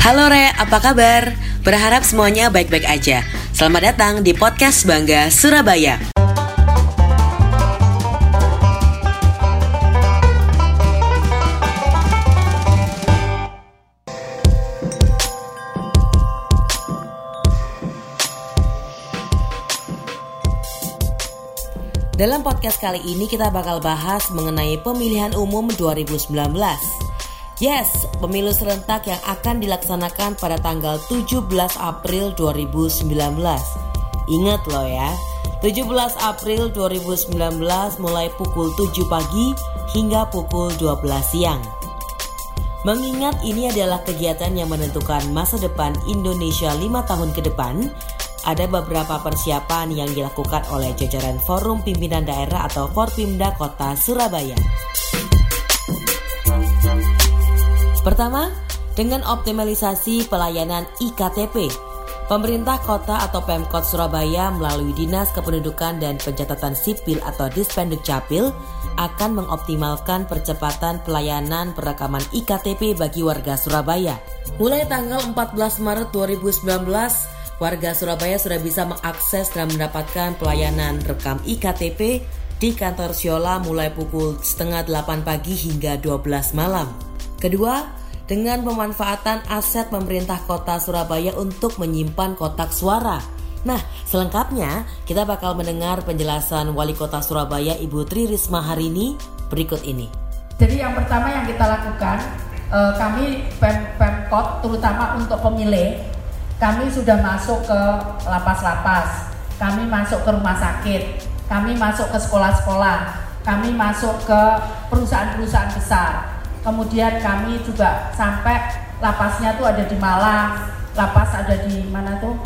Halo Re, apa kabar? Berharap semuanya baik-baik aja. Selamat datang di Podcast Bangga Surabaya. Dalam podcast kali ini kita bakal bahas mengenai pemilihan umum 2019. Yes, pemilu serentak yang akan dilaksanakan pada tanggal 17 April 2019. Ingat loh ya, 17 April 2019 mulai pukul 7 pagi hingga pukul 12 siang. Mengingat ini adalah kegiatan yang menentukan masa depan Indonesia 5 tahun ke depan, ada beberapa persiapan yang dilakukan oleh jajaran Forum Pimpinan Daerah atau Forpimda Kota Surabaya. Pertama, dengan optimalisasi pelayanan IKTP, pemerintah kota atau Pemkot Surabaya melalui Dinas Kependudukan dan Pencatatan Sipil atau Dispenduk-Capil akan mengoptimalkan percepatan pelayanan perekaman IKTP bagi warga Surabaya. Mulai tanggal 14 Maret 2019, warga Surabaya sudah bisa mengakses dan mendapatkan pelayanan rekam IKTP di kantor Siola mulai pukul 7:30 pagi hingga 12 malam. Kedua, dengan pemanfaatan aset pemerintah kota Surabaya untuk menyimpan kotak suara. Nah, selengkapnya kita bakal mendengar penjelasan Wali Kota Surabaya Ibu Tri Risma hari ini berikut ini. Jadi yang pertama yang kita lakukan, kami Pemkot terutama untuk pemilih, kami sudah masuk ke lapas-lapas, kami masuk ke rumah sakit, kami masuk ke sekolah-sekolah, kami masuk ke perusahaan-perusahaan besar. Kemudian kami juga sampai lapasnya tuh ada di Malang, lapas ada di mana tuh,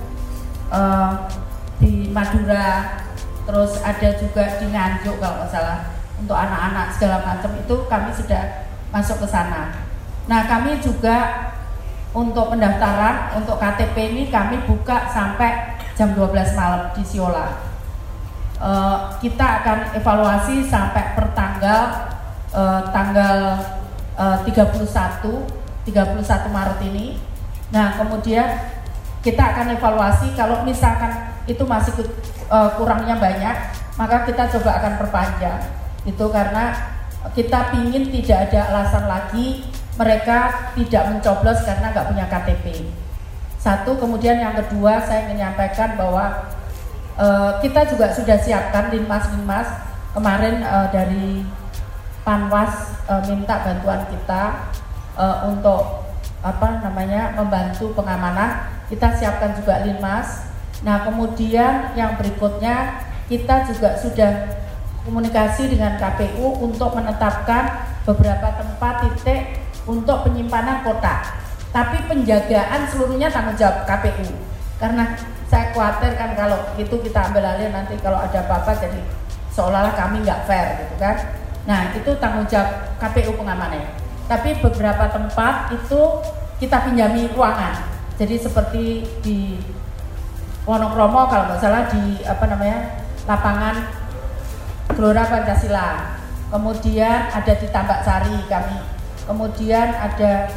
di Madura, terus ada juga di Nganjuk kalau nggak salah. Untuk anak-anak segala macam itu kami sudah masuk ke sana. Nah, kami juga untuk pendaftaran untuk KTP ini kami buka sampai jam 12 malam di Siola. Kita akan evaluasi sampai per tanggal 31 Maret ini. Nah, kemudian kita akan evaluasi kalau misalkan itu masih kurangnya banyak, maka kita coba akan perpanjang. Itu karena kita pingin tidak ada alasan lagi mereka tidak mencoblos karena nggak punya KTP. Satu, kemudian yang kedua saya menyampaikan bahwa kita juga sudah siapkan linmas kemarin dari Panwas minta bantuan kita untuk membantu pengamanan. Kita siapkan juga linmas. Nah, kemudian yang berikutnya kita juga sudah komunikasi dengan KPU untuk menetapkan beberapa tempat titik untuk penyimpanan kotak. Tapi penjagaan seluruhnya tanggung jawab KPU. Karena saya khawatir kan kalau itu kita ambil alih nanti kalau ada apa-apa jadi seolah-olah kami nggak fair gitu kan. Nah, itu tanggung jawab KPU pengamanannya. Tapi beberapa tempat itu kita pinjami ruangan. Jadi seperti di Wonokromo kalau nggak salah di lapangan Gelora Pancasila. Kemudian ada di Tambak Sari kami. Kemudian ada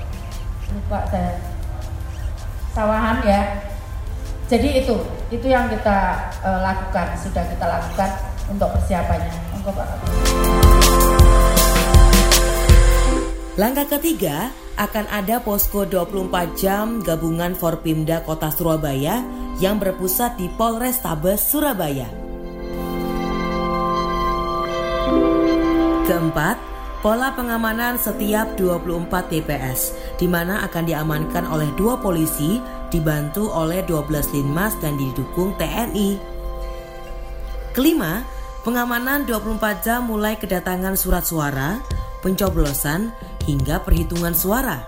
Sawahan ya. Jadi itu yang kita lakukan, sudah kita lakukan untuk persiapannya. Monggo Pak. Langkah ketiga, akan ada posko 24 jam gabungan Forpimda Kota Surabaya yang berpusat di Polrestabes Surabaya. Keempat, pola pengamanan setiap 24 TPS, di mana akan diamankan oleh 2 polisi, dibantu oleh 12 linmas dan didukung TNI. Kelima, pengamanan 24 jam mulai kedatangan surat suara, pencoblosan, hingga perhitungan suara.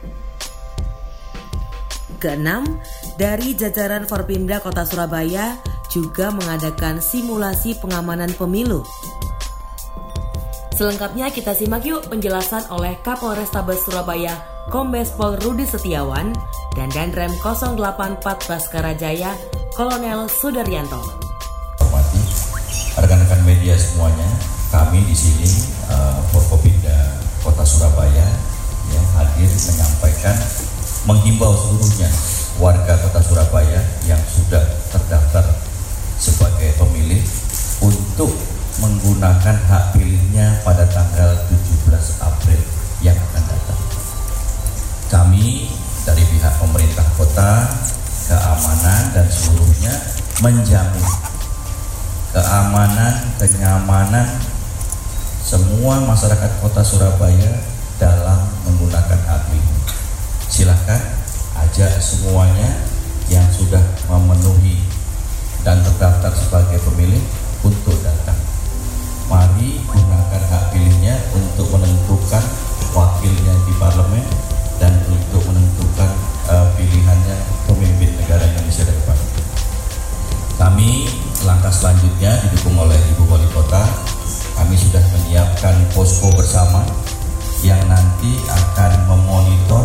Keenam, dari jajaran Forpimda Kota Surabaya juga mengadakan simulasi pengamanan pemilu. Selengkapnya kita simak yuk penjelasan oleh Kapolrestabes Surabaya Kombes Pol Rudi Setiawan dan Danrem 084 Baskara Jaya Kolonel Sudaryanto. Rekan-rekan media semuanya, kami di sini Forkopimda Kota Surabaya hadir menyampaikan menghimbau seluruhnya warga Kota Surabaya yang sudah terdaftar sebagai pemilih untuk menggunakan hak pilihnya pada tanggal 17 April yang akan datang. Kami dari pihak pemerintah kota, keamanan dan seluruhnya menjamin keamanan, kenyamanan semua masyarakat Kota Surabaya dalam menggunakan hak pilih. Silahkan ajak semuanya yang sudah memenuhi dan terdaftar sebagai pemilih untuk datang. Mari gunakan hak pilihnya untuk menentukan wakilnya di parlemen dan untuk menentukan pilihannya pemimpin negara Indonesia ke depan. Kami langkah selanjutnya didukung oleh Ibu Wali Kota. Kami sudah menyiapkan posko bersama yang nanti akan memonitor,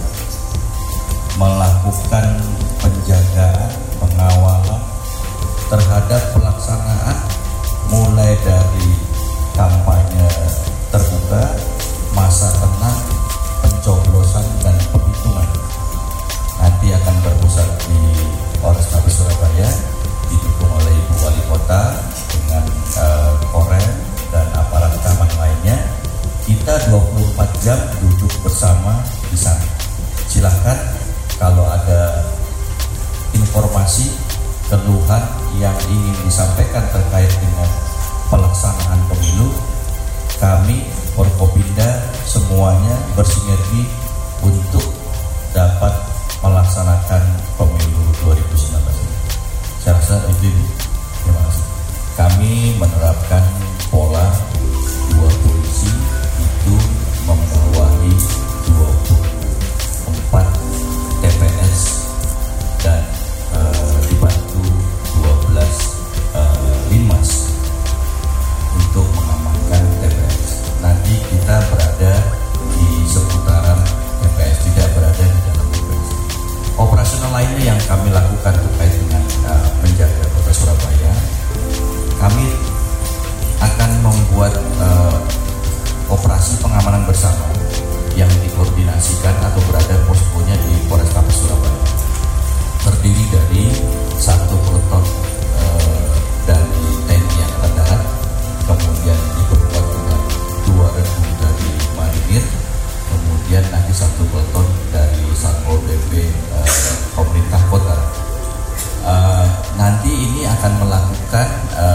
melakukan penjagaan, pengawalan terhadap pelaksanaan mulai dari kampanye terbuka, masa tenang, pencoblosan dan penghitungan. Nanti akan berpusat di Polrestabes Surabaya, didukung oleh Ibu Wali Kota dengan Korem dan aparat keamanan lainnya. Kita 24 jam duduk bersama di sana. Silahkan kalau ada informasi, keluhan yang ingin disampaikan terkait dengan pelaksanaan pemilu, kami Forkopimda semuanya bersinergi untuk dapat melaksanakan pemilu 2019 ini. Saya rasa itu Ibu. Terima kasih. Kami menerapkan pola 2 polisi itu membawahi 24 TPS dan dibantu 12 linmas untuk mengamankan TPS. Nanti kita berada di seputaran TPS, tidak berada di dalam TPS. Operasional lainnya yang kami lakukan terkait dengan menjaga Kota Surabaya, kami akan membuat operasi pengamanan bersama yang dikoordinasikan atau berada poskonya di Polrestabes Surabaya. Terdiri dari 1 peleton dari TNI Angkatan Darat, kemudian diperkuat dengan 2 regu dari Marinir, kemudian nanti 1 peleton dari Satpol PP pemerintah kota. Nanti ini akan melakukan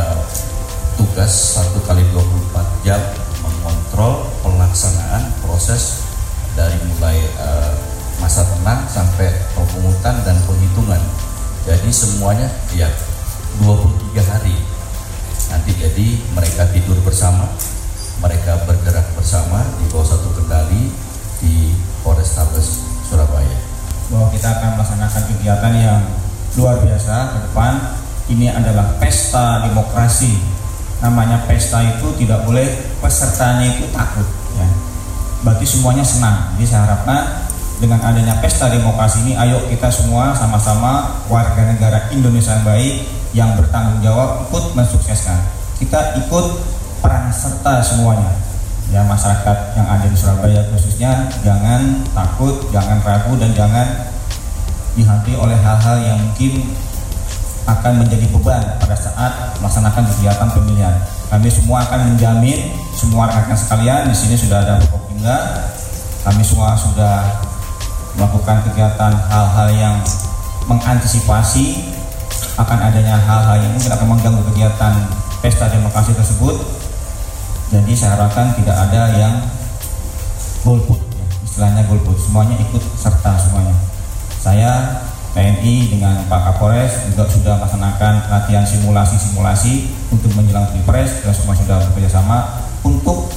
tugas 1x24 jam mengontrol pelaksanaan proses dari mulai masa tenang sampai pemungutan dan penghitungan. Jadi semuanya ya 23 hari. Nanti jadi mereka tidur bersama, mereka bergerak bersama di bawah satu kendali di Polrestabes Surabaya. Bahwa kita akan melaksanakan kegiatan yang luar biasa ke depan. Ini adalah pesta demokrasi. Namanya pesta itu tidak boleh pesertanya itu takut, ya. Berarti semuanya senang. Jadi saya harapkan dengan adanya pesta demokrasi ini, ayo kita semua sama-sama warga negara Indonesia yang baik yang bertanggung jawab ikut mensukseskan. Kita ikut peran serta semuanya. Ya, masyarakat yang ada di Surabaya khususnya jangan takut, jangan ragu dan jangan dihantui oleh hal-hal yang mungkin akan menjadi beban pada saat melaksanakan kegiatan pemilihan. Kami semua akan menjamin, semua rekan sekalian di sini sudah ada Forkopimda. Kami semua sudah melakukan kegiatan hal-hal yang mengantisipasi akan adanya hal-hal yang mungkin akan mengganggu kegiatan pesta demokrasi tersebut. Jadi saya harapkan tidak ada yang golput, ya, istilahnya golput. Semuanya ikut serta semuanya. Saya TNI dengan Pak Kapolres juga sudah melaksanakan latihan simulasi untuk menjelang Pilpres. Kita semua sudah bekerja sama untuk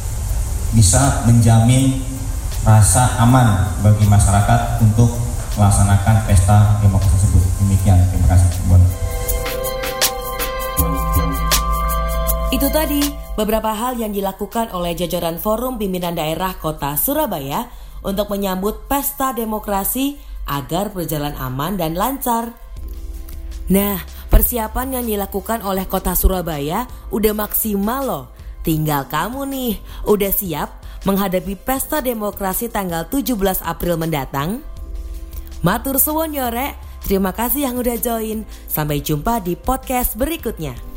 bisa menjamin rasa aman bagi masyarakat untuk melaksanakan pesta demokrasi tersebut. Demikian, terima kasih. Itu tadi beberapa hal yang dilakukan oleh jajaran Forum Pimpinan Daerah Kota Surabaya untuk menyambut pesta demokrasi agar berjalan aman dan lancar. Nah, persiapan yang dilakukan oleh Kota Surabaya udah maksimal loh. Tinggal kamu nih, udah siap menghadapi pesta demokrasi tanggal 17 April mendatang? Matur suwun yo rek. Terima kasih yang udah join. Sampai jumpa di podcast berikutnya.